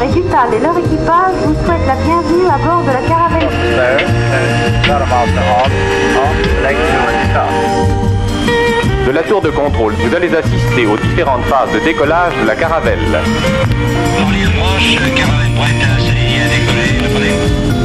Dutal et leur équipage vous souhaitent la bienvenue à bord de la Caravelle. De la tour de contrôle, vous allez assister aux différentes phases de décollage de la Caravelle. Orly approche, Caravelle prête à s'aligner à décoller, préparez.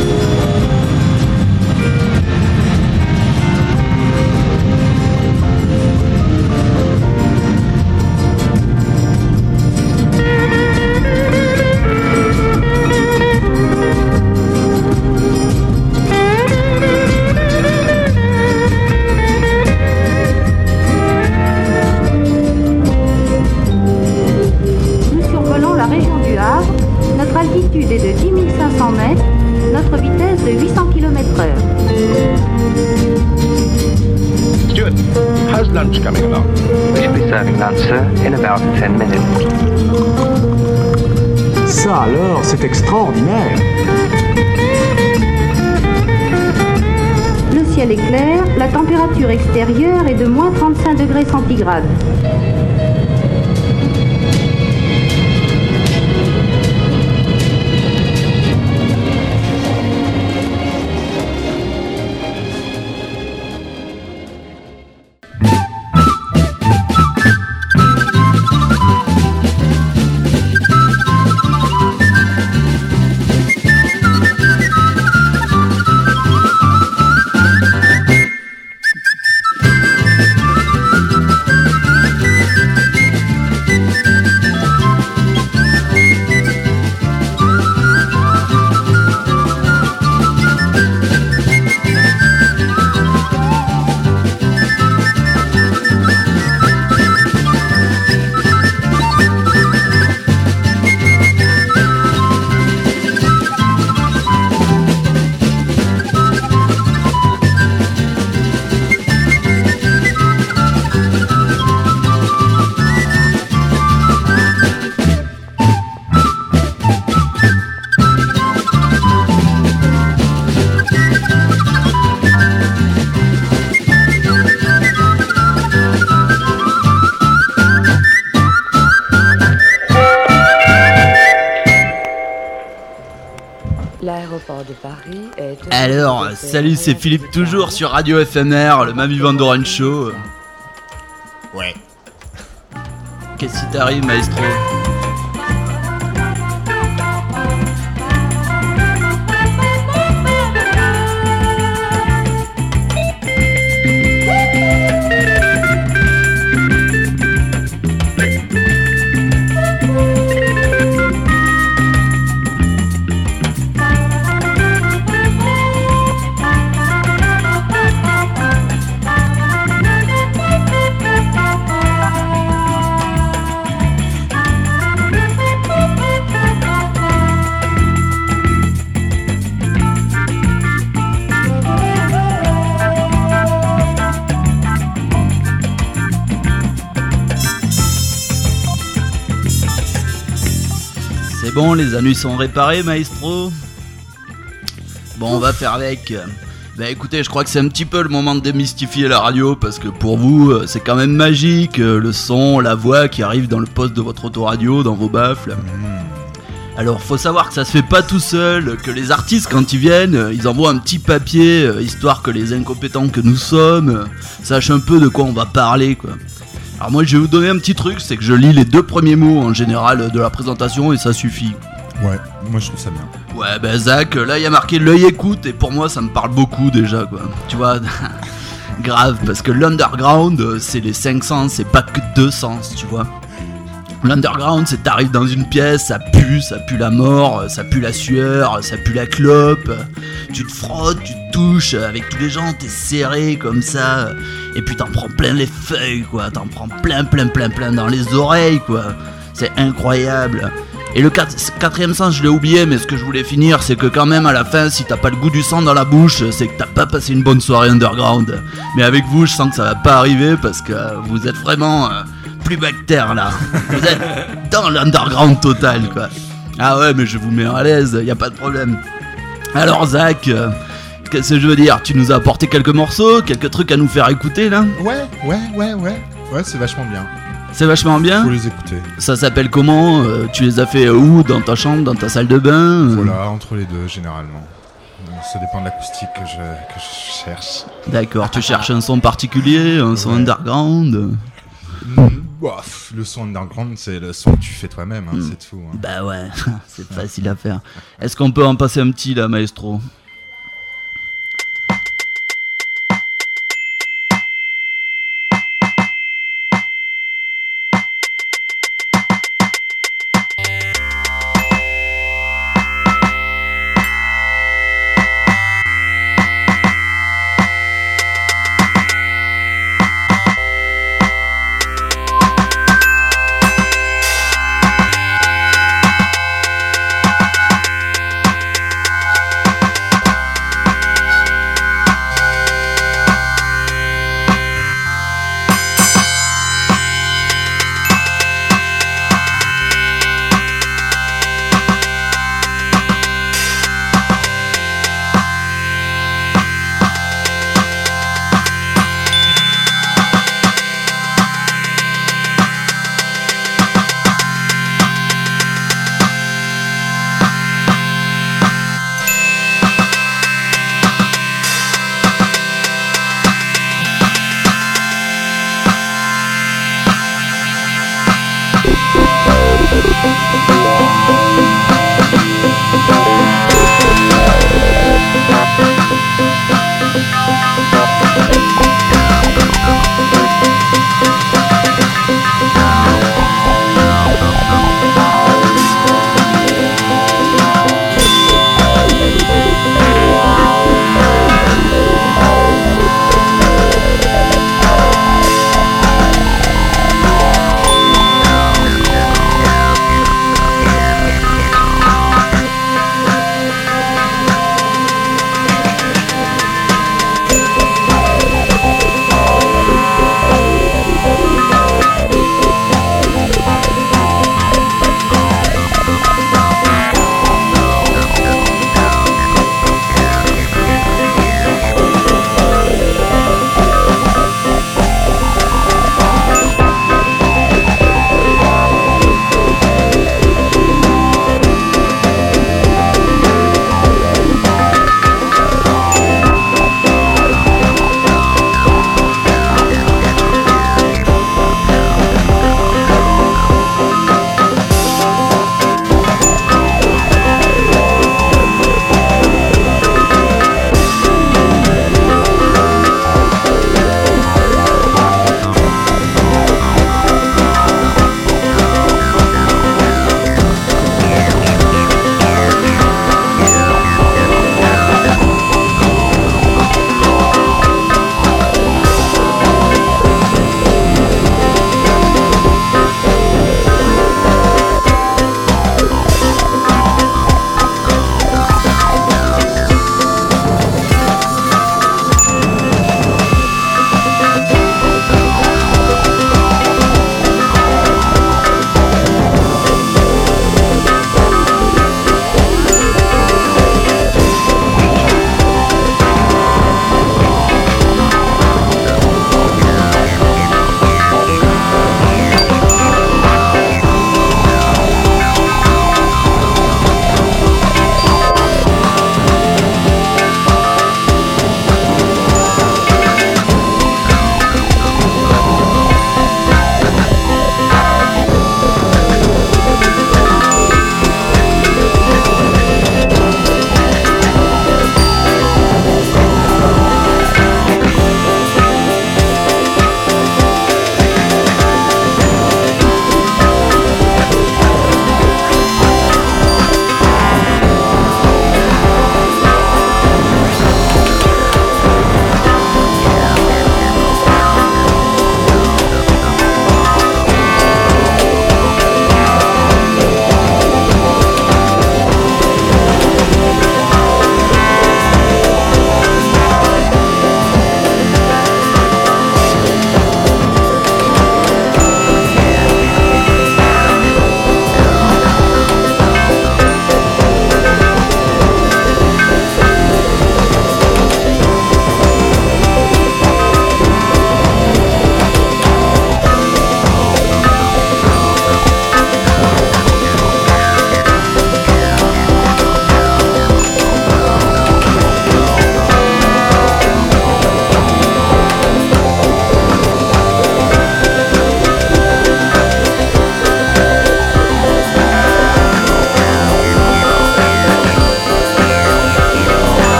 L'altitude est de 10 500 mètres, notre vitesse de 800 km/h. Stuart, how's lunch coming along? We should be serving lunch, sir, in about 10 minutes. Ça alors, c'est extraordinaire. Le ciel est clair, la température extérieure est de moins 35 degrés centigrades. Alors, salut, c'est Philippe toujours sur Radio FMR, le Mamie Van Doren Show. Ouais. Qu'est-ce qui t'arrive, maestro? Bon, les anus sont réparés, maestro. Bon, on va faire avec. Bah écoutez, je crois que c'est un petit peu le moment de démystifier la radio, parce que pour vous, c'est quand même magique, le son, la voix qui arrive dans le poste de votre autoradio, dans vos baffles. Alors, faut savoir que ça se fait pas tout seul, que les artistes, quand ils viennent, ils envoient un petit papier, histoire que les incompétents que nous sommes sachent un peu de quoi on va parler, quoi. Alors moi je vais vous donner un petit truc, c'est que je lis les 2 premiers mots en général de la présentation et ça suffit. Ouais, moi je trouve ça bien. Ouais bah Zach, là il y a marqué l'œil écoute et pour moi ça me parle beaucoup déjà quoi. Tu vois, grave, parce que l'underground c'est les 5 sens, c'est pas que 2 sens, tu vois. L'underground c'est t'arrives dans une pièce, ça pue la mort, ça pue la sueur, ça pue la clope. Tu te frottes, tu te touches avec tous les gens, t'es serré comme ça. Et puis t'en prends plein les feuilles quoi, t'en prends plein dans les oreilles quoi. C'est incroyable. Et le 4e sens je l'ai oublié, mais ce que je voulais finir c'est que quand même à la fin si t'as pas le goût du sang dans la bouche, c'est que t'as pas passé une bonne soirée underground. Mais avec vous je sens que ça va pas arriver parce que vous êtes vraiment plus bactère là. Vous êtes dans l'underground total quoi. Ah ouais mais je vous mets à l'aise, y a pas de problème. Alors Zach, qu'est-ce que je veux dire? Tu nous as apporté quelques morceaux, quelques trucs à nous faire écouter là? Ouais. Ouais, c'est vachement bien. C'est vachement bien. Faut les écouter. Ça s'appelle comment Tu les as fait où? Dans ta chambre, dans ta salle de bain Voilà, entre les deux, généralement. Ça dépend de l'acoustique que je cherche. D'accord, tu cherches un son particulier, un son underground Le son underground, c'est le son que tu fais toi-même, hein, c'est tout. Hein. Bah ouais, c'est facile à faire. Est-ce qu'on peut en passer un petit là, maestro?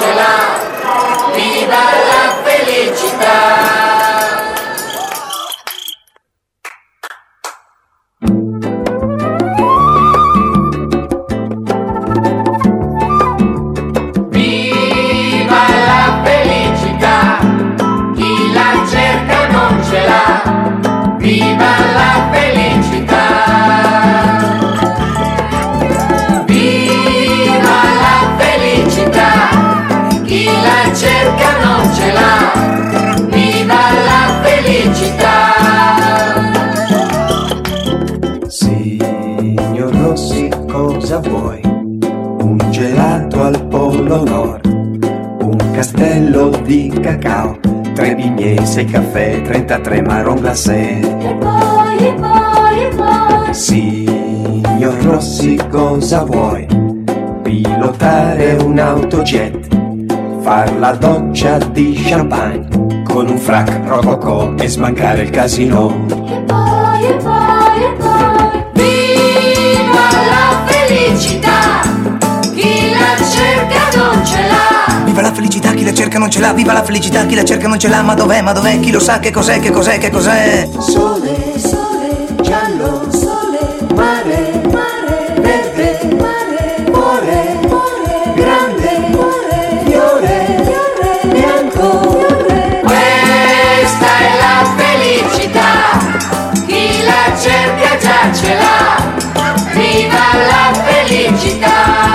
ce l'ha, viva la felicità. Viva la felicità, viva la felicità, chi la cerca non ce l'ha, viva la felicità. Signor Rossi, cosa vuoi? Un gelato al Polo Nord, un castello di cacao, 3 bignè, 6 caffè, 33 marron glacé. E poi. Signor Rossi, cosa vuoi? Pilotare un autojet, far la doccia di champagne, con un frac rococò e smancare il casino. E poi. Viva la felicità, chi la cerca non ce l'ha. Viva la felicità, chi la cerca non ce l'ha. Viva la felicità, chi la cerca non ce l'ha. Ma dov'è, chi lo sa, che cos'è? Sole, giallo, mare, verde, cuore, grande, fiore, bianco. Questa è la felicità, chi la cerca già ce l'ha. Viva la felicità.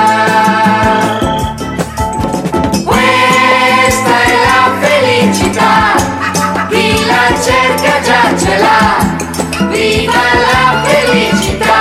Chi la cerca già ce l'ha, viva la felicità.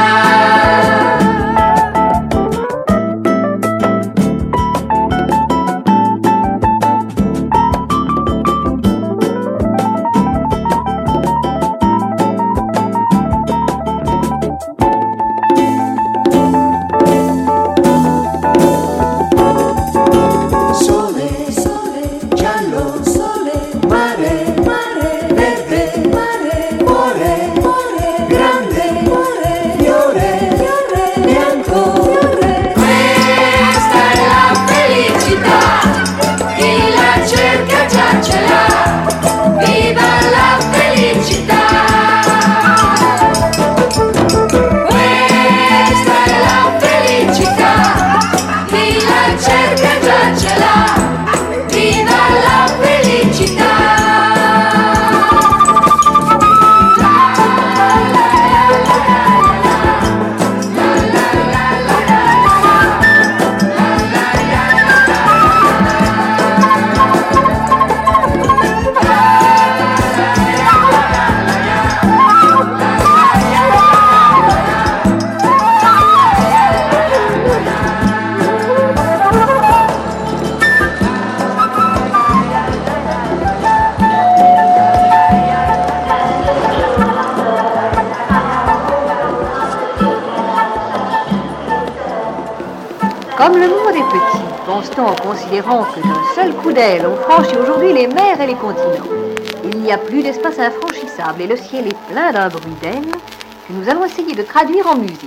Comme le monde est petit, pense-t-on en considérant que d'un seul coup d'aile, on franchit aujourd'hui les mers et les continents. Il n'y a plus d'espace infranchissable et le ciel est plein d'un bruit d'ailes que nous allons essayer de traduire en musique.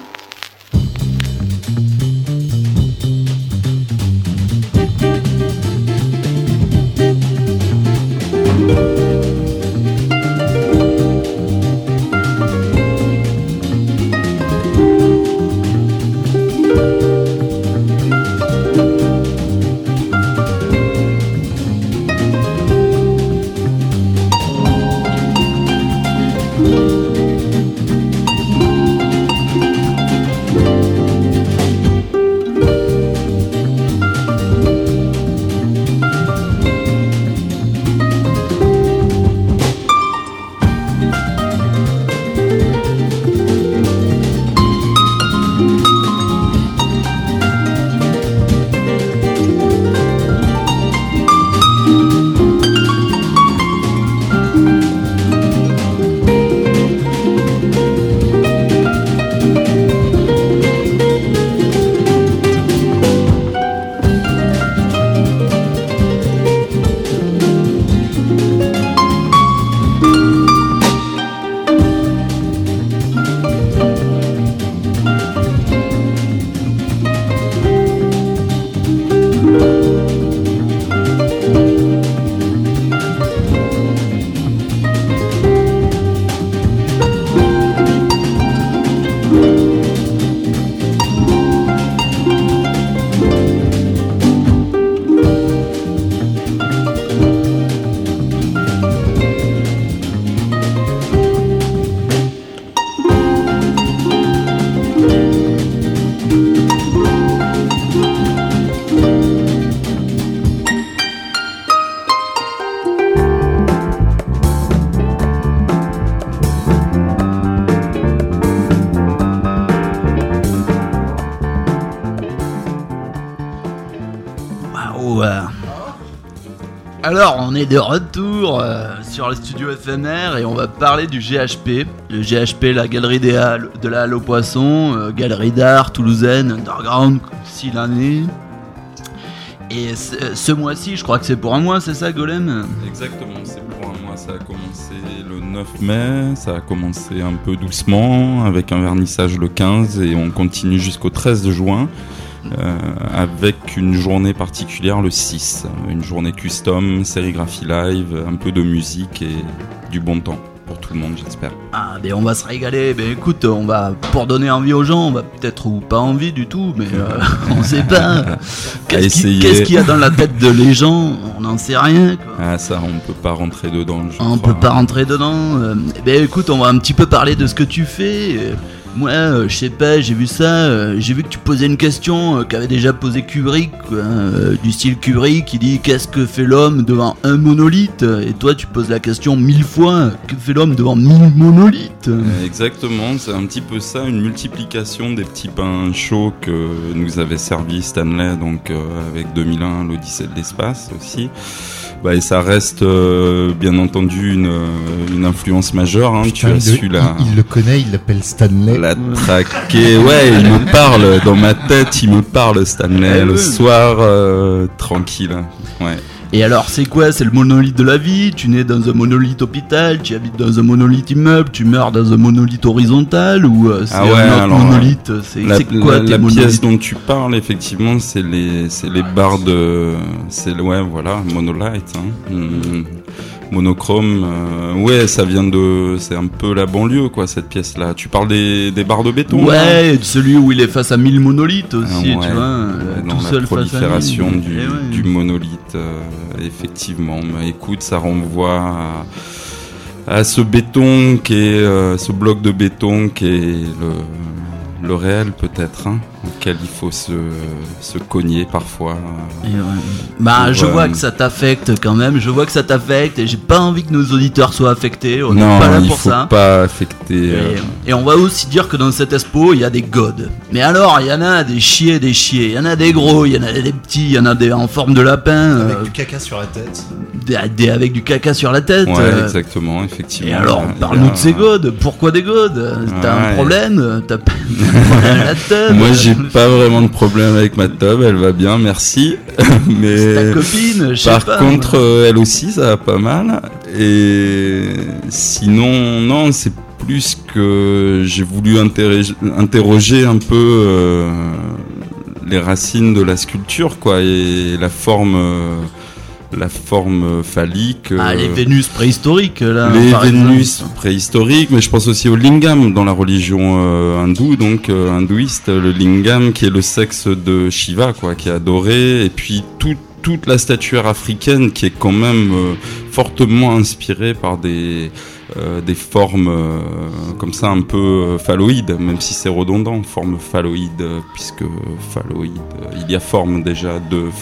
Bonsoir. Alors, on est de retour sur le studio éphémère et on va parler du GHP. Le GHP, la galerie de la Halle aux Poissons, galerie d'art toulousaine, underground, si l'année. Et ce mois-ci, je crois que c'est pour un mois, c'est ça, Golem ? Exactement, c'est pour un mois. Ça a commencé le 9 mai, ça a commencé un peu doucement, avec un vernissage le 15, et on continue jusqu'au 13 juin. Avec une journée particulière le 6, une journée custom, sérigraphie live, un peu de musique et du bon temps pour tout le monde, j'espère. Ah, ben on va se régaler. Ben écoute, on va, pour donner envie aux gens, on va peut-être ou pas envie du tout, mais on sait pas. Qu'est-ce qu'il y a dans la tête de les gens ? On n'en sait rien, quoi. Ah, ça, on peut pas rentrer dedans. On peut pas rentrer dedans. Ben écoute, on va un petit peu parler de ce que tu fais. Moi, je sais pas, j'ai vu ça, j'ai vu que tu posais une question qu'avait déjà posé Kubrick, du style Kubrick, qui dit qu'est-ce que fait l'homme devant un monolithe ? Et toi, tu poses la question 1000 fois, que fait l'homme devant 1000 monolithes ? Exactement, c'est un petit peu ça, une multiplication des petits pains chauds que nous avait servi Stanley, donc avec 2001, l'Odyssée de l'espace aussi. Bah, et ça reste bien entendu une influence majeure. Hein. Putain, il le connaît, il l'appelle Stanley. La traqué, ouais, il me parle dans ma tête, il me parle Stanley le soir, tranquille. Ouais. Et alors, c'est quoi ? C'est le monolithe de la vie ? Tu nais dans un monolithe hôpital, tu habites dans un monolithe immeuble, tu meurs dans un monolithe horizontal ou c'est un autre monolithe ? C'est quoi tes monolithes ? La pièce dont tu parles, effectivement, c'est les barres de... Ouais, voilà, monolith, hein. Monochrome, ouais, ça vient de... C'est un peu la banlieue, quoi, cette pièce-là. Tu parles des barres de béton ? Ouais, celui où il est face à 1000 monolithes aussi, ouais, tu vois, tout seul la prolifération du monolithe, effectivement. Mais écoute, ça renvoie à ce béton qui est... ce bloc de béton qui est le réel, peut-être, hein, auquel il faut se cogner parfois. Bah, je vois que ça t'affecte quand même, et j'ai pas envie que nos auditeurs soient affectés, on n'est pas là pour ça. Non, il faut pas affecter. Et on va aussi dire que dans cette expo, il y a des gods. Mais alors, il y en a des chiés, il y en a des gros, il y en a des petits, il y en a des en forme de lapin. Avec du caca sur la tête. Avec du caca sur la tête. Ouais, exactement, effectivement. Et alors, parle-nous de ces gods, pourquoi des gods ? T'as un problème ? T'as la tub. Moi, j'ai pas vraiment de problème avec ma tub, elle va bien, merci. Mais c'est ta copine, je sais pas. Par contre, elle aussi, ça va pas mal. Et sinon, non, c'est plus que j'ai voulu interroger un peu les racines de la sculpture, quoi, et la forme phallique. Les Vénus préhistoriques, là. Les Vénus préhistoriques, mais je pense aussi au lingam dans la religion hindoue, donc hindouiste, le lingam qui est le sexe de Shiva, quoi, qui est adoré, et puis toute la statuaire africaine qui est quand même fortement inspirée par des formes comme ça un peu phalloïdes, même si c'est redondant, forme phalloïde, puisque phalloïde, il y a forme déjà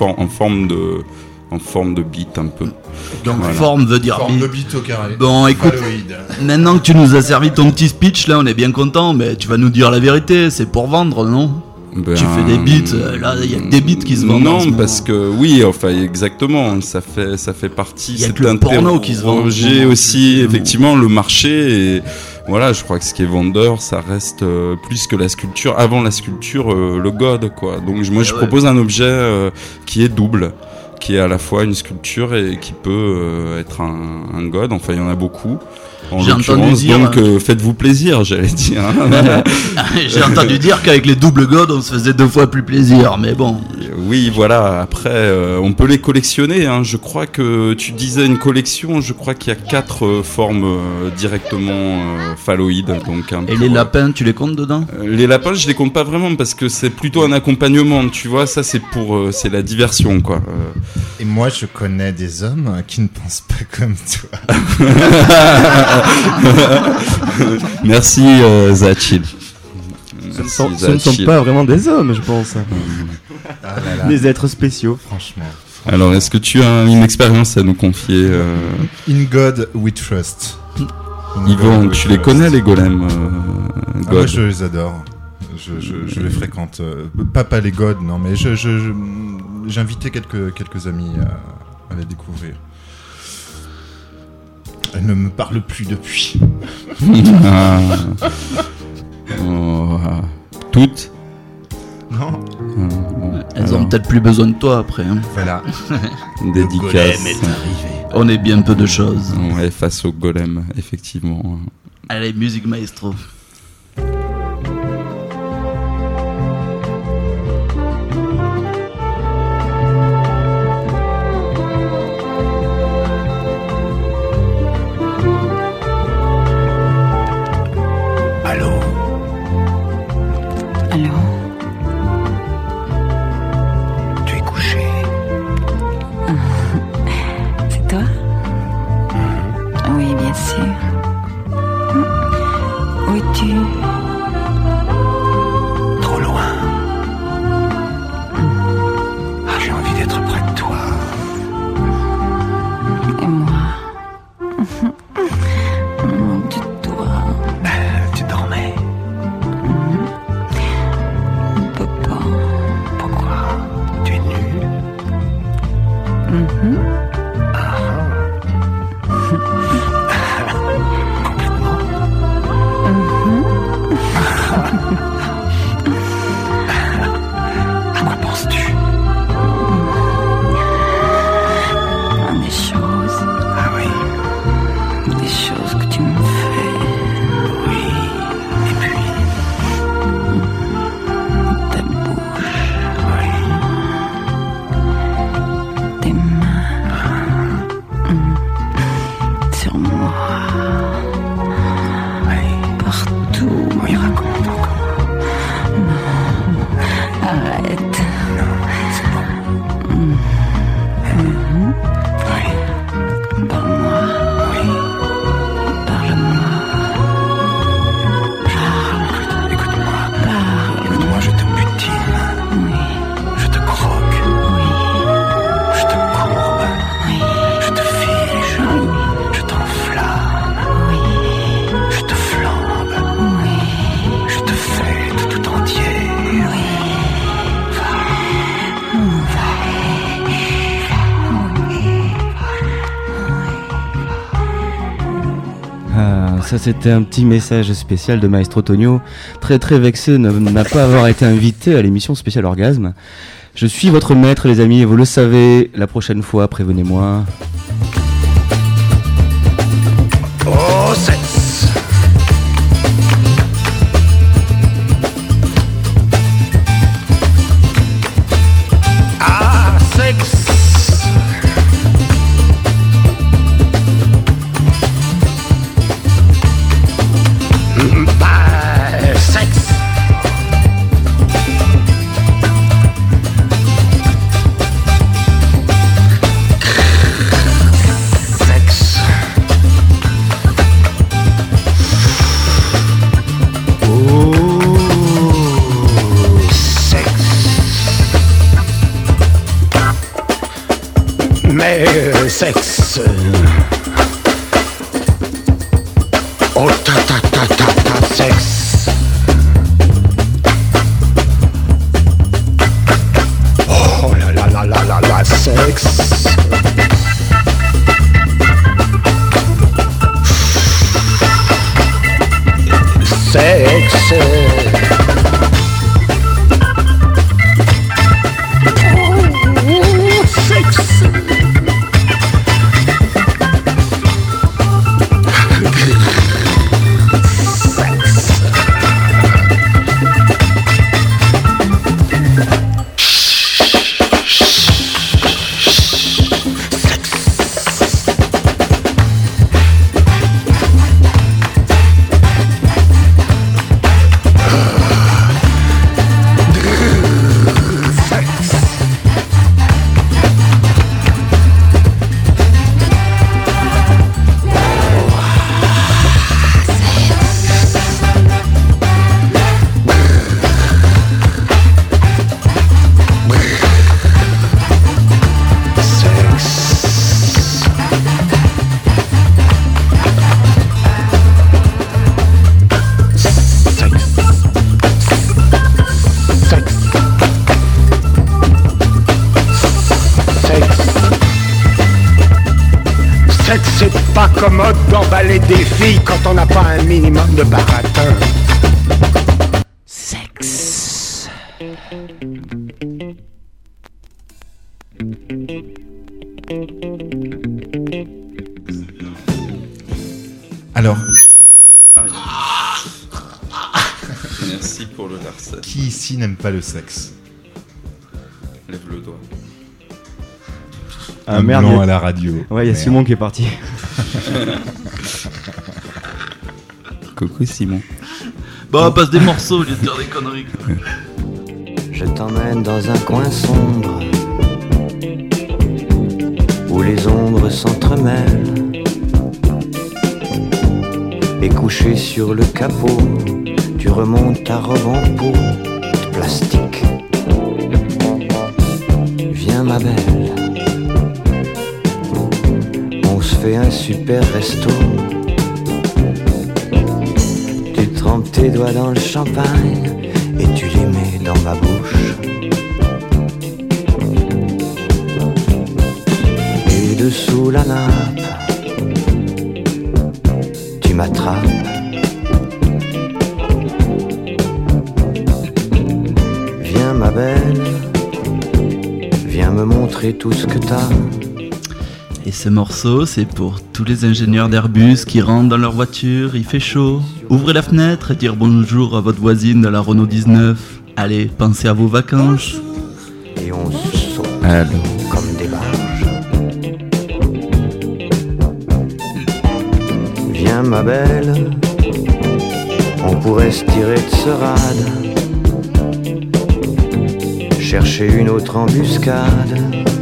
en forme de bite un peu. Donc voilà. Forme veut dire forme de bite au carré. Bon, écoute, maintenant que tu nous as servi ton petit speech là, on est bien content, mais tu vas nous dire la vérité, c'est pour vendre, non ? Tu fais des beats, là il y a que des beats qui se vendent. Non, parce que oui, enfin exactement, ça fait partie. Il y a que le porno qui se vend. J'ai aussi effectivement le marché et voilà, je crois que ce qui est vendeur, ça reste plus que la sculpture. Avant la sculpture, le god, quoi. Donc moi je propose un objet qui est double, qui est à la fois une sculpture et qui peut être un god. Enfin, il y en a beaucoup. En l'occurrence, donc faites-vous plaisir, j'allais dire. J'ai entendu dire qu'avec les doubles gods, on se faisait 2 fois plus plaisir, mais bon. Oui, voilà. Après, on peut les collectionner. Hein. Je crois que tu disais une collection. Je crois qu'il y a 4 formes directement phalloïdes. Donc et les lapins, tu les comptes dedans ? Les lapins, je les compte pas vraiment parce que c'est plutôt un accompagnement. Tu vois, ça c'est c'est la diversion, quoi. Et moi, je connais des hommes qui ne pensent pas comme toi. Merci Zachil. Ce ne sont pas vraiment des hommes, je pense. Des êtres spéciaux, franchement. Alors, est-ce que tu as une expérience à nous confier In God we trust. Yvon, tu les connais les golems moi, je les adore. Je les fréquente. Pas les gods, non, mais j'ai invité quelques amis à les découvrir. Elle ne me parle plus depuis. Toutes Non. Elles ont peut-être plus besoin de toi après. Hein. Voilà. Dédicace. Le golem est arrivé. On est bien peu de choses. Ouais, face au golem, effectivement. Allez, musique maestro. Trop loin. Ah, j'ai envie d'être près de toi. Et moi tu dois. Tu dormais. Papa. Pourquoi? Tu es nu? À quoi penses-tu? Des choses. Ah oui. Des choses que tu me fais. Oui. Et puis? Ta bouche. Oui. Tes mains. Sur moi. Oui. Partout. Oui, raconte encore. Arrête. Non, c'est bon. Oui. Parle-moi. Oui. Parle-moi. Écoute-moi. Parle. Écoute-moi, je te butine. Oui. Je te croque. Oui. Je te courbe. Oui. Je te fige. Oui. Je t'enflamme. Oui. Je te flambe. Oui. Je te fête tout entier. Oui. Ça c'était un petit message spécial de Maestro Tonio, très très vexé de ne pas avoir été invité à l'émission spéciale Orgasme. Je suis votre maître les amis, et vous le savez, la prochaine fois prévenez-moi. Oh, sexe. Ah, sexe. Sexe. Sexe. Oh, sexe. Mais sexe. Oh, ta ta ta ta ta sexe. Oh la la la la la la sexe. Sexe. Oh, sexe. incommode d'emballer des filles quand on n'a pas un minimum de baratin. Sexe. Alors. Merci pour le Larsen. Qui ici n'aime pas le sexe? Lève le doigt. Ah merde, à la radio. Ouais, il y a Simon qui est parti. Coucou Simon. Bon, on passe des morceaux au lieu de dire des conneries. Je t'emmène dans un coin sombre où les ombres s'entremêlent. Et couché sur le capot, tu remontes ta robe en peau de plastique. Viens ma belle, on se fait un super resto. Tu trempes tes doigts dans le champagne et tu les mets dans ma bouche. Et dessous la nappe, tu m'attrapes. Viens ma belle, viens me montrer tout ce que t'as. Et ce morceau, c'est pour tous les ingénieurs d'Airbus qui rentrent dans leur voiture, il fait chaud. Ouvrez la fenêtre et dire bonjour à votre voisine de la Renault 19. Allez, pensez à vos vacances. Et on se saute comme des barges. Viens ma belle, on pourrait se tirer de ce rade, chercher une autre embuscade.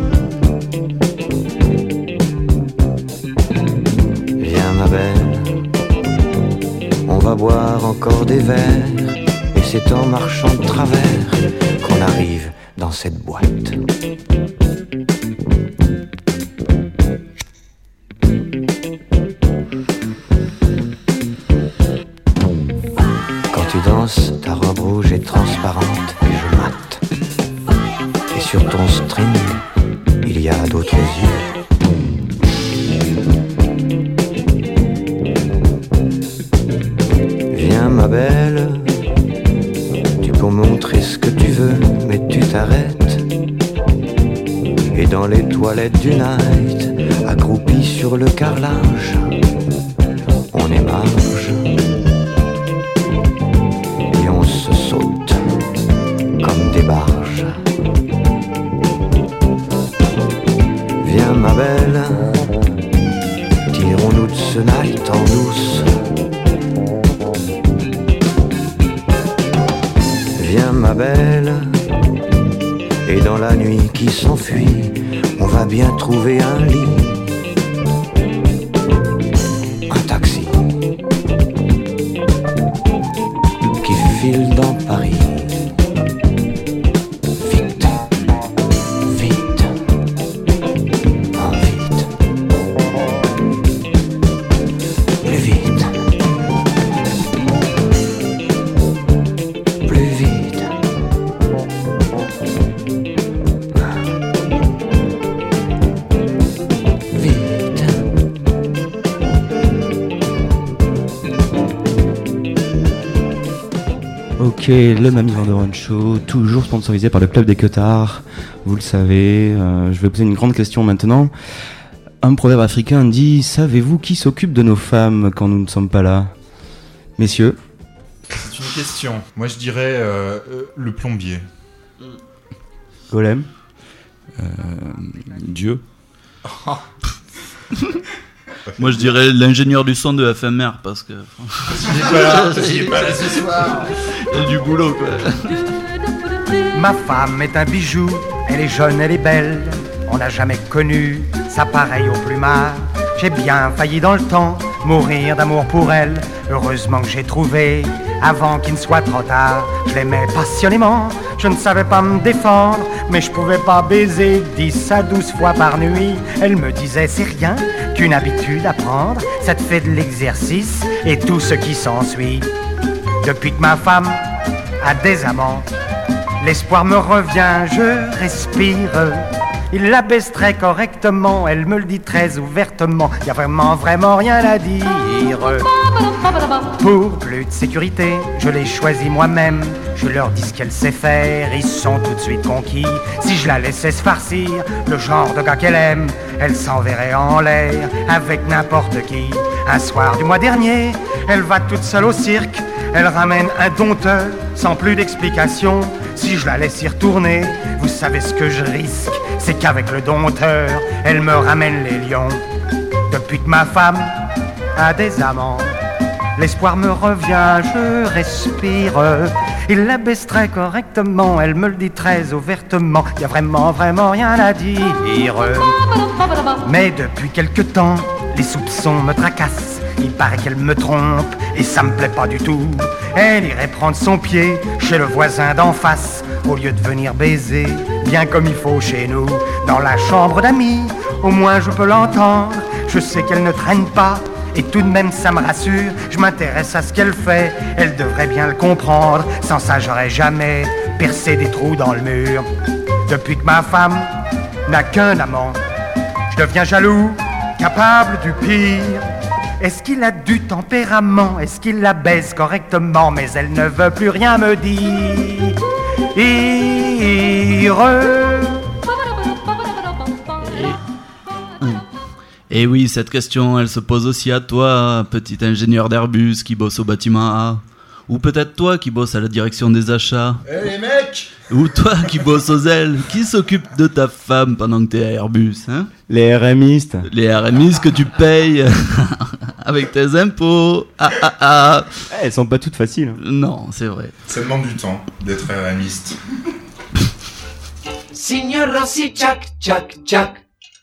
Viens ma belle, on va boire encore des verres, et c'est en marchant de travers qu'on arrive dans cette boîte. Quand tu danses, ta robe rouge est transparente et je mate. Et sur ton string, il y a d'autres yeux. Viens ma belle, tu peux montrer ce que tu veux, mais tu t'arrêtes. Et dans les toilettes du night, accroupi sur le carrelage, on émarge. Et on se saute comme des barges. Viens ma belle, tirons-nous de ce night en douce. Viens ma belle, et dans la nuit qui s'enfuit, on va bien trouver un lit, un taxi qui file dans Paris. Vite, vite, ah vite, plus vite, plus vite. Ok, le Mamie Vanderon Show, toujours sponsorisé par le Club des Queutards. Vous le savez, je vais poser une grande question maintenant. Un proverbe africain dit: savez-vous qui s'occupe de nos femmes quand nous ne sommes pas là? Messieurs? C'est une question. Moi je dirais le plombier. Golem? Dieu. Moi je dirais l'ingénieur du son de FMR parce que. J'y ai pas là ce soir. Il y a du boulot quoi. Ma femme est un bijou, elle est jeune, elle est belle. On n'a jamais connu sa pareille au plumard. J'ai bien failli dans le temps mourir d'amour pour elle. Heureusement que j'ai trouvé avant qu'il ne soit trop tard. Je l'aimais passionnément, je ne savais pas me défendre, mais je pouvais pas baiser 10 à 12 fois par nuit. Elle me disait c'est rien qu'une habitude à prendre, ça te fait de l'exercice et tout ce qui s'ensuit. Depuis que ma femme a des amants, l'espoir me revient, je respire. il la baisse très correctement, elle me le dit très ouvertement, y a vraiment rien à dire. Pour plus de sécurité, je l'ai choisie moi-même, je leur dis ce qu'elle sait faire, ils sont tout de suite conquis. Si je la laissais se farcir, le genre de gars qu'elle aime, elle s'enverrait en l'air avec n'importe qui. Un soir du mois dernier, elle va toute seule au cirque, elle ramène un dompteur sans plus d'explication. Si je la laisse y retourner, vous savez ce que je risque, c'est qu'avec le dompteur, elle me ramène les lions. Depuis que ma femme a des amants, l'espoir me revient, je respire. Il la baisse très correctement, elle me le dit très ouvertement, y a vraiment rien à dire. Mais depuis quelque temps, les soupçons me tracassent, il paraît qu'elle me trompe et ça me plaît pas du tout. Elle irait prendre son pied chez le voisin d'en face au lieu de venir baiser bien comme il faut chez nous. Dans la chambre d'amis, au moins je peux l'entendre, je sais qu'elle ne traîne pas et tout de même ça me rassure. Je m'intéresse à ce qu'elle fait, elle devrait bien le comprendre, sans ça j'aurais jamais percé des trous dans le mur. Depuis que ma femme n'a qu'un amant, je deviens jaloux, capable du pire. Est-ce qu'il a du tempérament? Est-ce qu'il la baise correctement? Mais elle ne veut plus rien me dire. Et oui, cette question, elle se pose aussi à toi, petit ingénieur d'Airbus qui bosse au bâtiment A. Ou peut-être toi qui bosse à la direction des achats. Les mecs! Ou toi qui bosse aux ailes. Qui s'occupe de ta femme pendant que t'es à Airbus, hein? Les RMistes. Les RMistes que tu payes avec tes impôts. Elles sont pas toutes faciles. Non, c'est vrai. Ça demande du temps d'être RMiste. Signor Rossi, tchac, tchac, tchac.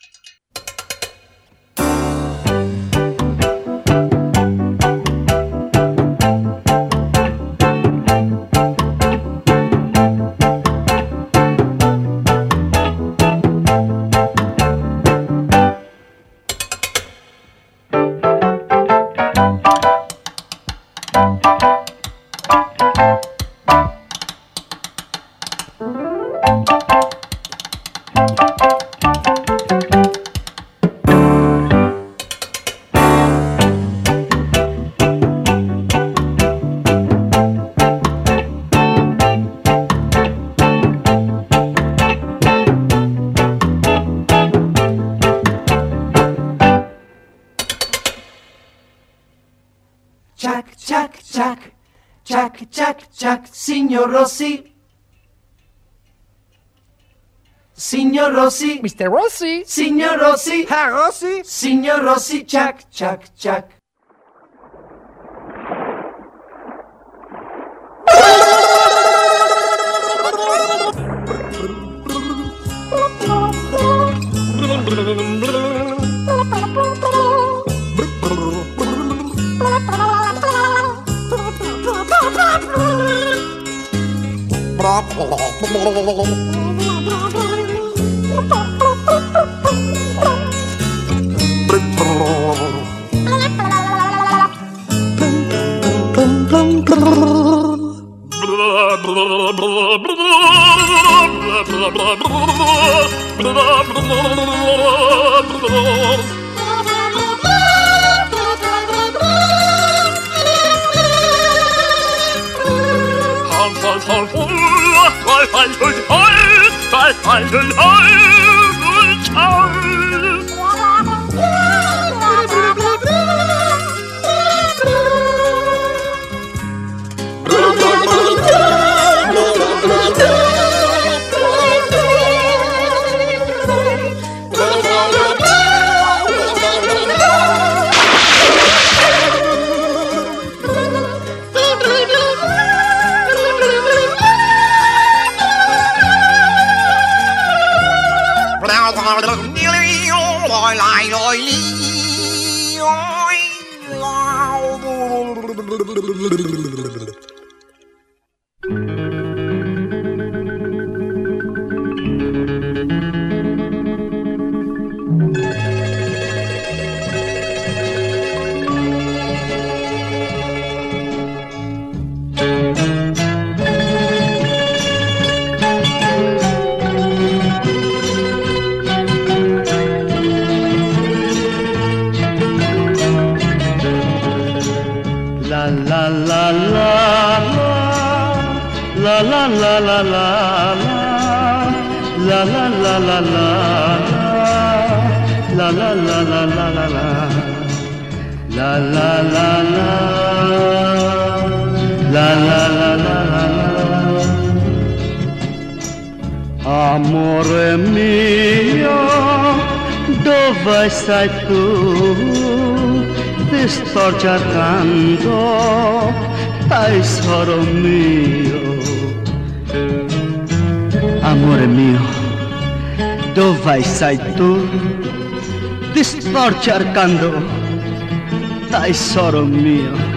Signor Rossi. Signor Rossi. Mr. Rossi. Signor Rossi. Ah, Rossi. Signor Rossi, tchac, tchac, tchac. La la la la la la la la la la la la la la la la la la. Amore mio, dove sei tu? Ti sto cercando, tesoro mio. Amore mio, dove sei tu? Ti sto cercando, tesoro mio.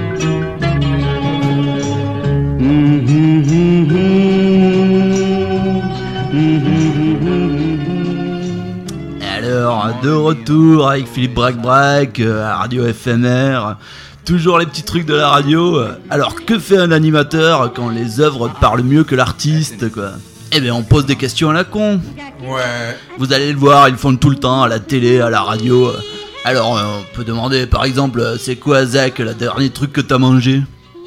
Alors, de retour avec Philippe Brac-Brac à Radio FMR. Toujours les petits trucs de la radio. Alors, que fait un animateur quand les œuvres parlent mieux que l'artiste, quoi? Eh bien, on pose des questions à la con. Ouais. Vous allez le voir, ils le font tout le temps, à la télé, à la radio. Alors, on peut demander, par exemple, c'est quoi, Zach, le dernier truc que t'as mangé?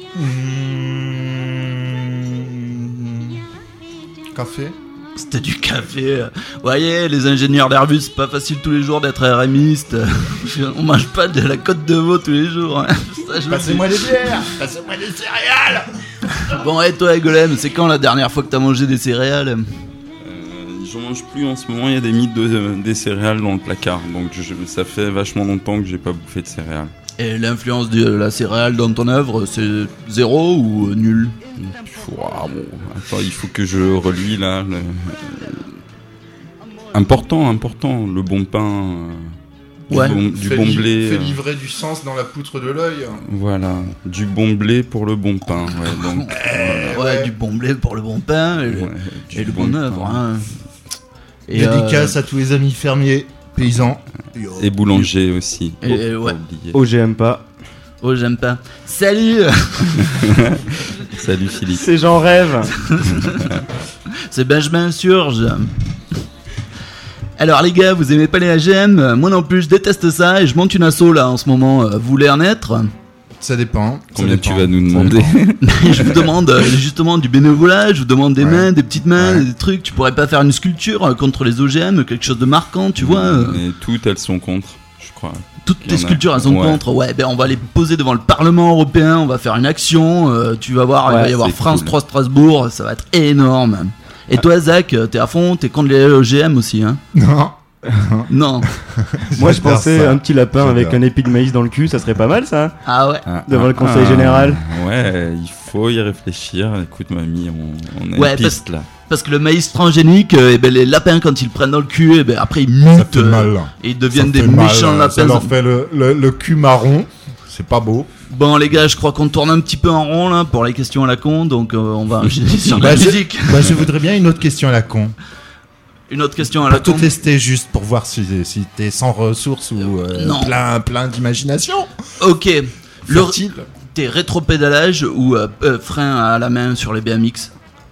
Café. C'était du café. Vous voyez, les ingénieurs d'Airbus, c'est pas facile tous les jours d'être RMiste. On mange pas de la côte de veau tous les jours. Hein. Passez-moi des bières, passez-moi des céréales. Bon, et toi, Golem, c'est quand la dernière fois que t'as mangé des céréales? J'en mange plus en ce moment, il y a des mythes des céréales dans le placard. Donc ça fait vachement longtemps que j'ai pas bouffé de céréales. Et l'influence de la céréale dans ton œuvre, c'est 0 ou nul? Wow, bon, attends, il faut que je relis là. Important, le bon pain. Ouais. Du bon blé. Fait livrer du sens dans la poutre de l'œil. Voilà, du bon blé pour le bon pain. Ouais, donc, ouais, du bon blé pour le bon pain et le bon œuvre. Hein. Et dédicace à tous les amis fermiers, paysans. Et boulangers aussi. Et ouais. Oh, j'aime pas. Oh, j'aime pas. Salut. Salut Philippe. C'est Jean Rêve. C'est Benjamin Surge. Alors les gars, vous aimez pas les AGM? Moi non plus, je déteste ça et je monte une asso là en ce moment. Vous voulez en être? Ça dépend. Combien tu vas nous demander? Je vous demande justement du bénévolat, je vous demande des mains, des petites mains, des trucs. Tu pourrais pas faire une sculpture contre les OGM, quelque chose de marquant, tu vois? Et toutes elles sont contre, je crois. Toutes tes sculptures elles sont contre. Ouais, ben on va les poser devant le Parlement européen, on va faire une action. Tu vas voir, il va y avoir France 3 Strasbourg, ça va être énorme. Et toi, Zach, t'es à fond, t'es contre les OGM aussi, hein? Non. Non. Moi je pensais un petit lapin avec un épi de maïs dans le cul, ça serait pas mal ça? Ah ouais. Devant le conseil général. Ouais, il faut y réfléchir. Écoute mamie, on a une piste là. Parce que le maïs transgénique, les lapins quand ils le prennent dans le cul, après ils mutent et ils deviennent des méchants lapins. Ça leur fait le cul marron, c'est pas beau. Bon les gars, je crois qu'on tourne un petit peu en rond là pour les questions à la con, donc on va enchaîner sur la musique. Je voudrais bien une autre question à la con. Une autre question à la con. Pour te tester juste pour voir si t'es sans ressources ou plein d'imagination. Ok. T'es rétropédalage ou frein à la main sur les BMX?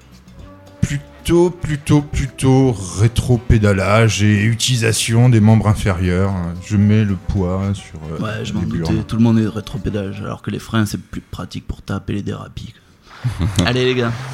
Plutôt rétro-pédalage et utilisation des membres inférieurs. Je mets le poids sur ouais, je m'en doutais. Tout le monde est rétro-pédalage, alors que les freins, c'est plus pratique pour taper les dérapies. Allez, les gars.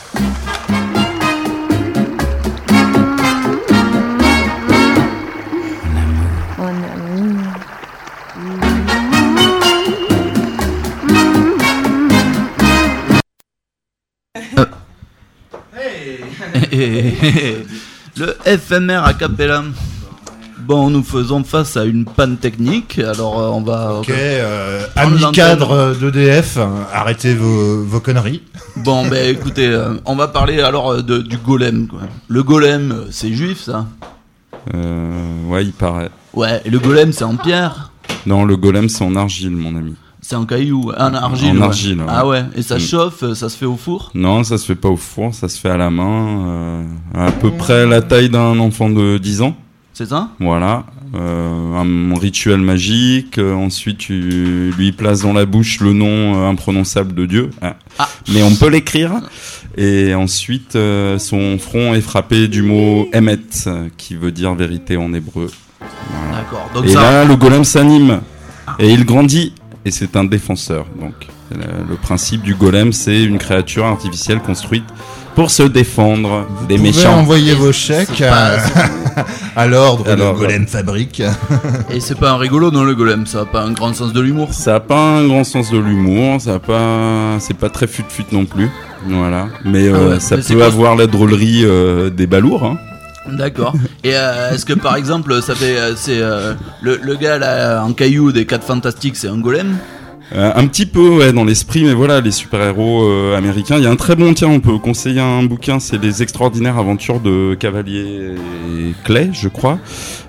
Le FMR a cappella. Bon, nous faisons face à une panne technique, alors on va... amis cadres d'EDF, arrêtez vos conneries. Bon, écoutez, on va parler alors du golem, quoi. Le golem, c'est juif, ça? Ouais, il paraît. Ouais, et le golem, c'est en pierre? Non, le golem, c'est en argile, mon ami. C'est en caillou, en argile. En argile, ouais. Ah ouais, et ça chauffe, ça se fait au four? Non, ça se fait pas au four, ça se fait à la main, à peu près la taille d'un enfant de 10 ans. C'est ça? Voilà, un rituel magique, ensuite tu lui places dans la bouche le nom imprononçable de Dieu, mais on peut l'écrire, et ensuite son front est frappé du mot Emet, qui veut dire vérité en hébreu. Voilà. D'accord. Donc et là, le golem s'anime, et il grandit. Et c'est un défenseur. Donc, le principe du golem, c'est une créature artificielle construite pour se défendre des Vous pouvez méchants. envoyer vos chèques à l'ordre de Golem Fabrique. Et c'est pas un rigolo, non, le golem, ça a pas un grand sens de l'humour. Ça a pas un grand sens de l'humour, c'est pas très fut-fut non plus. Voilà. Mais ça peut avoir la drôlerie des balourds, hein. D'accord. Et est-ce que par exemple, ça fait le gars là en caillou des 4 Fantastiques, c'est un golem? Un petit peu, ouais, dans l'esprit, mais voilà, les super-héros américains. Il y a un très bon, tiens, on peut conseiller un bouquin, c'est Les Extraordinaires Aventures de Cavalier et Clay, je crois.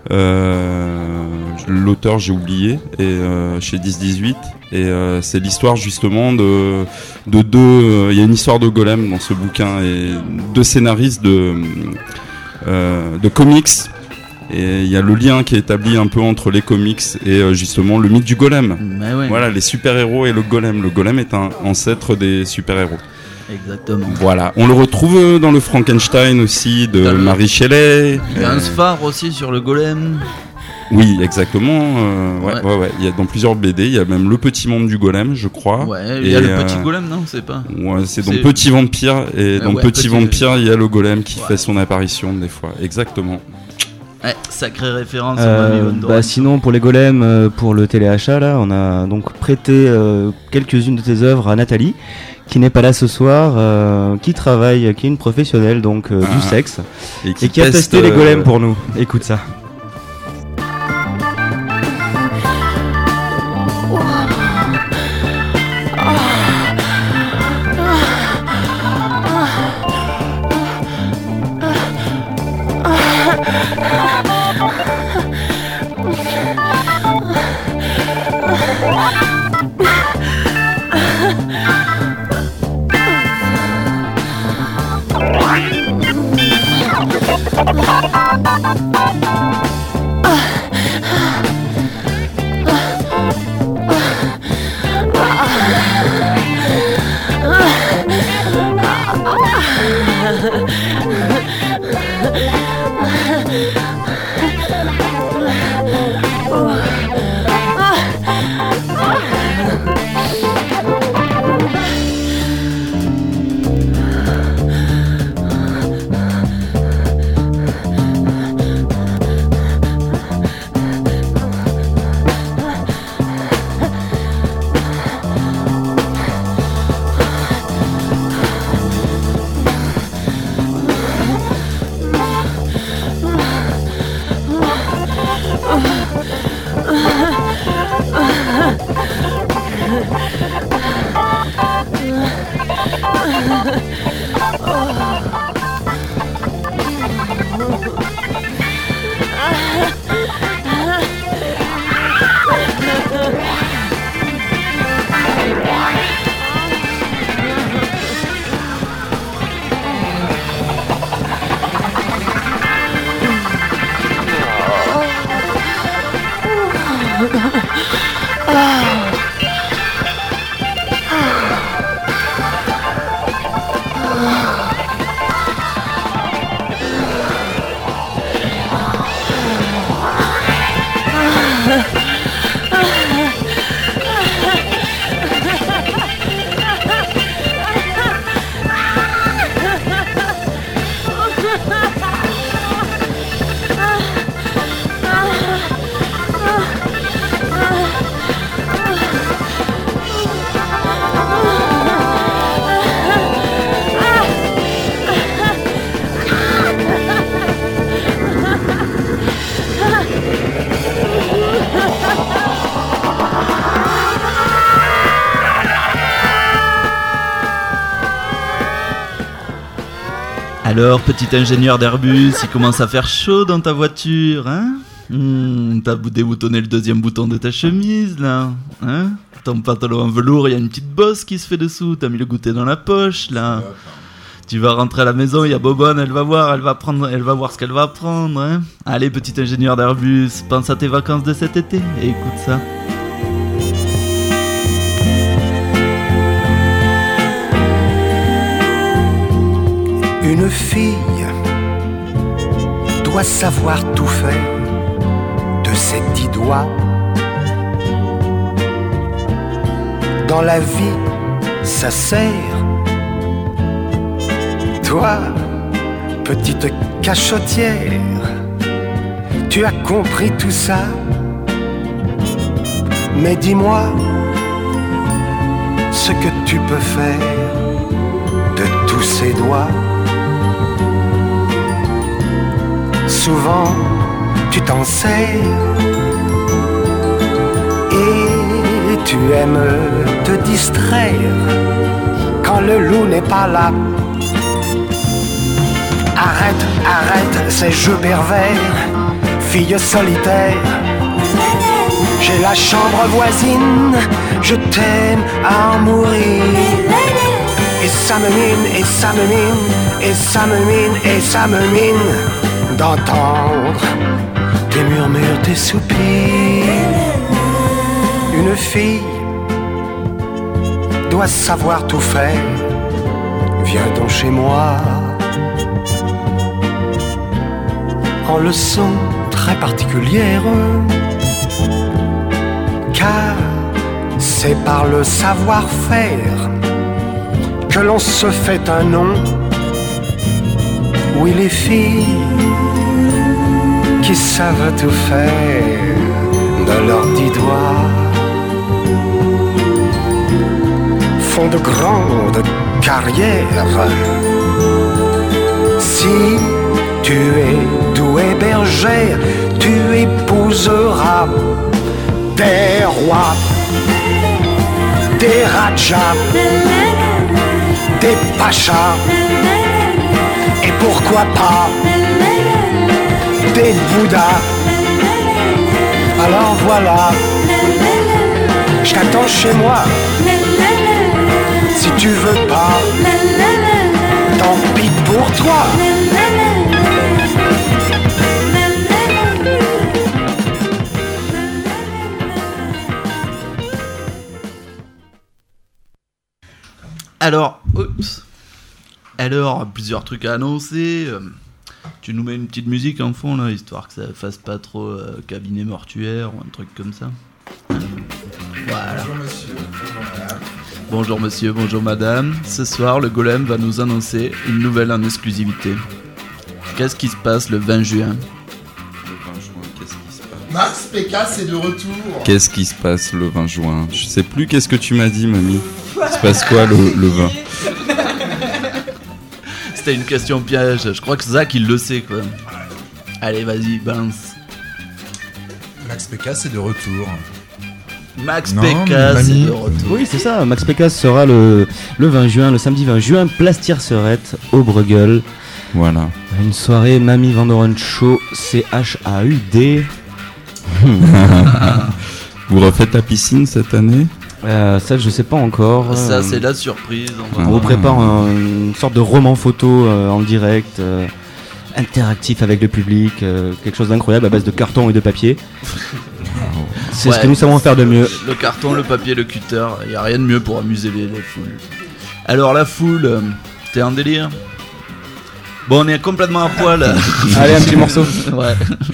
L'auteur, j'ai oublié, et chez 10-18. Et c'est l'histoire justement de deux. Il y a une histoire de golem dans ce bouquin et 2 scénaristes de comics. Et il y a le lien qui est établi un peu entre les comics et justement le mythe du golem. Ouais. Voilà, les super-héros et le golem. Le golem est un ancêtre des super-héros. Exactement. Voilà, on le retrouve dans le Frankenstein aussi de Mary Shelley. Il y a un phare aussi sur le golem. Oui, exactement. Ouais. Il y a dans plusieurs BD, il y a même Le Petit Monde du Golem, je crois. Ouais, il y a le Petit Golem, non, c'est pas. Ouais, c'est dans Petit Vampire et dans Petit Vampire, il y a le golem qui fait son apparition des fois. Exactement. Ouais, sacrée référence. Sinon pour les golems, pour le téléachat là, on a donc prêté quelques-unes de tes œuvres à Nathalie, qui n'est pas là ce soir, qui travaille, qui est une professionnelle donc du sexe et qui a testé les golems pour nous. Écoute ça. Alors, petit ingénieur d'Airbus, il commence à faire chaud dans ta voiture, hein? T'as déboutonné le 2e bouton de ta chemise, là, hein? Ton pantalon en velours, il y a une petite bosse qui se fait dessous, t'as mis le goûter dans la poche, là. Tu vas rentrer à la maison, il y a Bobonne, elle va voir ce qu'elle va prendre, hein? Allez, petit ingénieur d'Airbus, pense à tes vacances de cet été et écoute ça. Une fille doit savoir tout faire de ses 10 doigts. Dans la vie, ça sert Toi, petite cachotière, tu as compris tout ça. Mais dis-moi ce que tu peux faire de tous ces doigts. Souvent, tu t'en sers et tu aimes te distraire quand le loup n'est pas là. Arrête, arrête ces jeux pervers, fille solitaire. J'ai la chambre voisine, je t'aime à en mourir. Et ça me mine, et ça me mine, et ça me mine, et ça me mine d'entendre tes murmures, tes soupirs. Une fille doit savoir tout faire. Viens donc chez moi. En leçon très particulière, car c'est par le savoir-faire que l'on se fait un nom. Oui, les filles qui savent tout faire de leurs 10 doigts font de grandes carrières. Si tu es douée bergère, tu épouseras des rois, des rajas, des pachas, et pourquoi pas des bouddhas. Alors voilà, je t'attends chez moi. Si tu veux pas, tant pis pour toi. Alors, plusieurs trucs à annoncer. Tu nous mets une petite musique en fond là, histoire que ça fasse pas trop cabinet mortuaire ou un truc comme ça. Voilà. Bonjour monsieur, bonjour madame. Bonjour monsieur, bonjour madame. Ce soir, le Golem va nous annoncer une nouvelle en exclusivité. Qu'est-ce qui se passe le 20 juin ? Le 20 juin, qu'est-ce qui se passe ? Max Pécasse est de retour. Qu'est-ce qui se passe le 20 juin ? Je sais plus, qu'est-ce que tu m'as dit, mamie ? Il se passe quoi le 20 ? C'était une question piège, je crois que Zach il le sait quoi. Allez vas-y, balance. Max Pécasse est de retour. Max Pécasse est de retour. Oui c'est ça, Max Pécasse sera le 20 juin, le samedi 20 juin, Place Tiercerette au Bruegel. Voilà. Une soirée Mamie Vandoren Show, CHAUD. Vous refaites la piscine cette année ? Ça je sais pas encore. Ça c'est la surprise. On vous prépare une sorte de roman photo en direct, interactif avec le public, quelque chose d'incroyable à base de carton et de papier. C'est ce que nous savons faire de mieux. Le carton, le papier, le cutter, y a rien de mieux pour amuser les foules. Alors la foule, t'es en délire ? Bon on est complètement à poil. Allez un petit morceau. Ouais.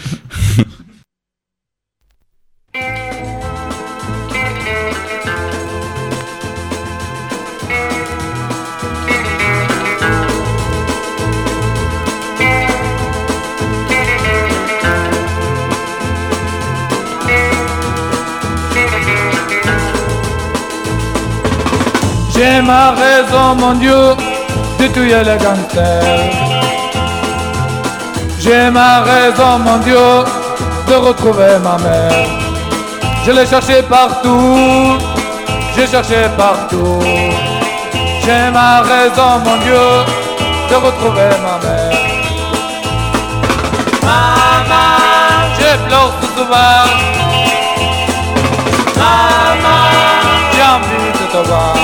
J'ai ma raison, mon Dieu, de tuer les gangsters. J'ai ma raison, mon Dieu, de retrouver ma mère. Je l'ai cherché partout, j'ai cherché partout. J'ai ma raison, mon Dieu, de retrouver ma mère. Maman, je pleure tout souvent. Maman, j'ai envie de te voir.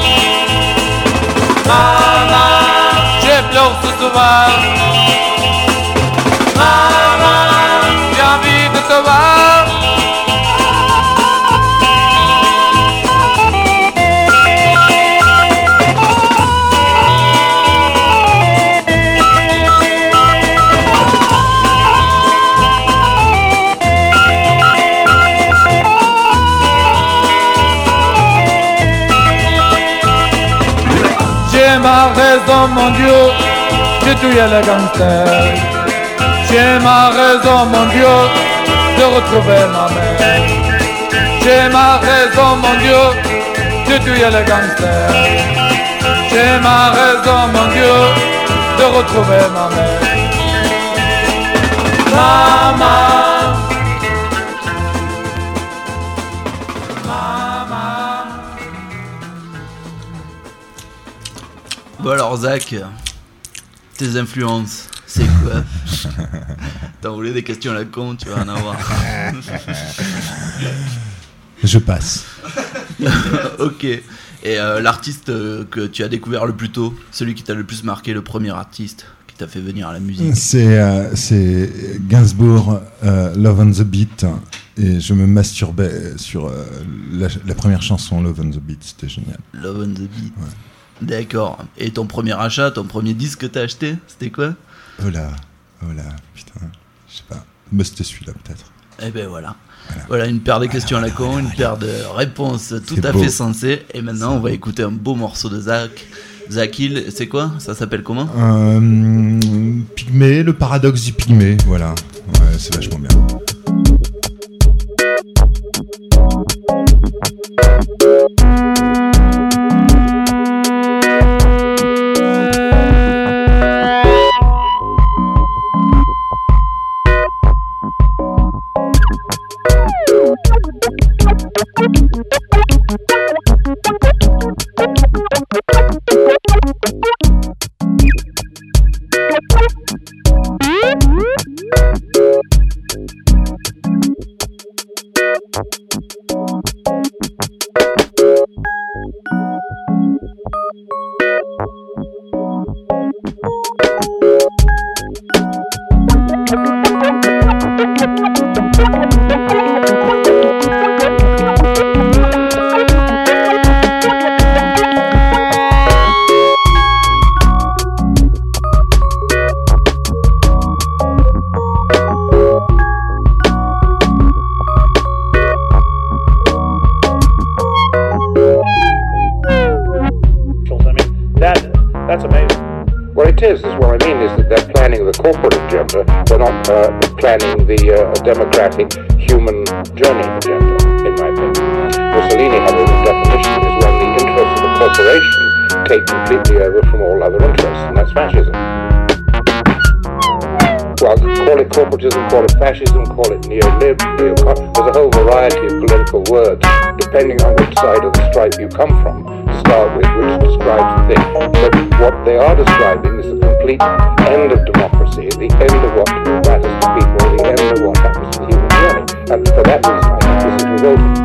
Maman, je pleure tout souvent. Maman, j'ai envie de te voir. J'ai ma raison, mon Dieu, j'ai tué les gangsters. J'ai ma raison, mon Dieu, de retrouver ma mère. J'ai ma raison, mon Dieu, de tuer les gangsters. J'ai ma raison, mon Dieu, de retrouver ma mère. Maman. Bon alors Zach, tes influences, c'est quoi? T'as voulu des questions à la con, tu vas en avoir. Je passe. Ok. Et l'artiste que tu as découvert le plus tôt, celui qui t'a le plus marqué, le premier artiste qui t'a fait venir à la musique? C'est Gainsbourg, Love on the Beat. Et je me masturbais sur la première chanson, Love on the Beat, c'était génial. Love on the Beat. Ouais. D'accord. Et ton premier achat, ton premier disque que t'as acheté, c'était quoi? Oh là, putain, je sais pas. Mais c'était celui-là peut-être. Eh ben voilà. Voilà une paire de questions à la con, une paire de réponses tout à fait sensées. Et maintenant, on va écouter un beau morceau de Zach. Zach Hill, c'est quoi? Ça s'appelle comment? Pygmée, le paradoxe du pygmée, voilà. Ouais, c'est vachement bien. Democratic human journey agenda, in my opinion. Mussolini had a definition is when the interests of the corporation take completely over from all other interests, and that's fascism. Well, call it corporatism, call it fascism, call it neo-lib, there's a whole variety of political words, depending on which side of the stripe you come from, to start with, which describes the thing. But what they are describing is the complete end of democracy, the end of what matters to people, the end of what happens to the human journey. And for that reason, I think this is revolting.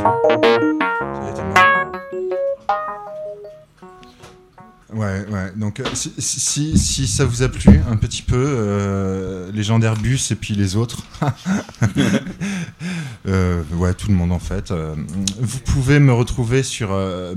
Ouais. Donc, si ça vous a plu un petit peu, Légendaire Bus et puis les autres, tout le monde en fait. Vous pouvez me retrouver sur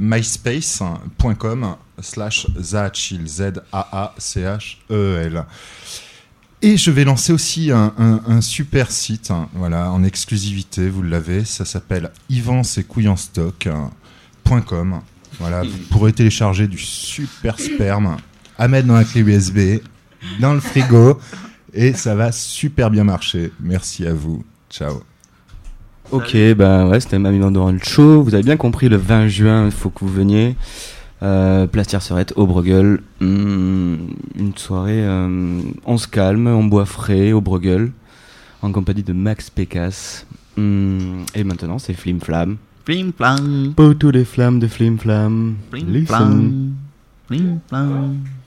myspace.com/Zaachel, ZAACHEL. Et je vais lancer aussi un super site, en exclusivité, vous l'avez, ça s'appelle ivansetcouillenstock.com. Voilà, vous pourrez télécharger du super sperme à mettre dans la clé USB, dans le frigo, et ça va super bien marcher. Merci à vous. Ciao. Ok, c'était Mamie Mandorel Show. Vous avez bien compris, le 20 juin, il faut que vous veniez. Place Tiercerette au Bruegel. Une soirée, on se calme, on boit frais au Bruegel, en compagnie de Max Pécasse. Et maintenant, c'est Flim Flam. Flim Flam. Pour tous les flammes de Flim Flam. Flim Flam. Flim Flam.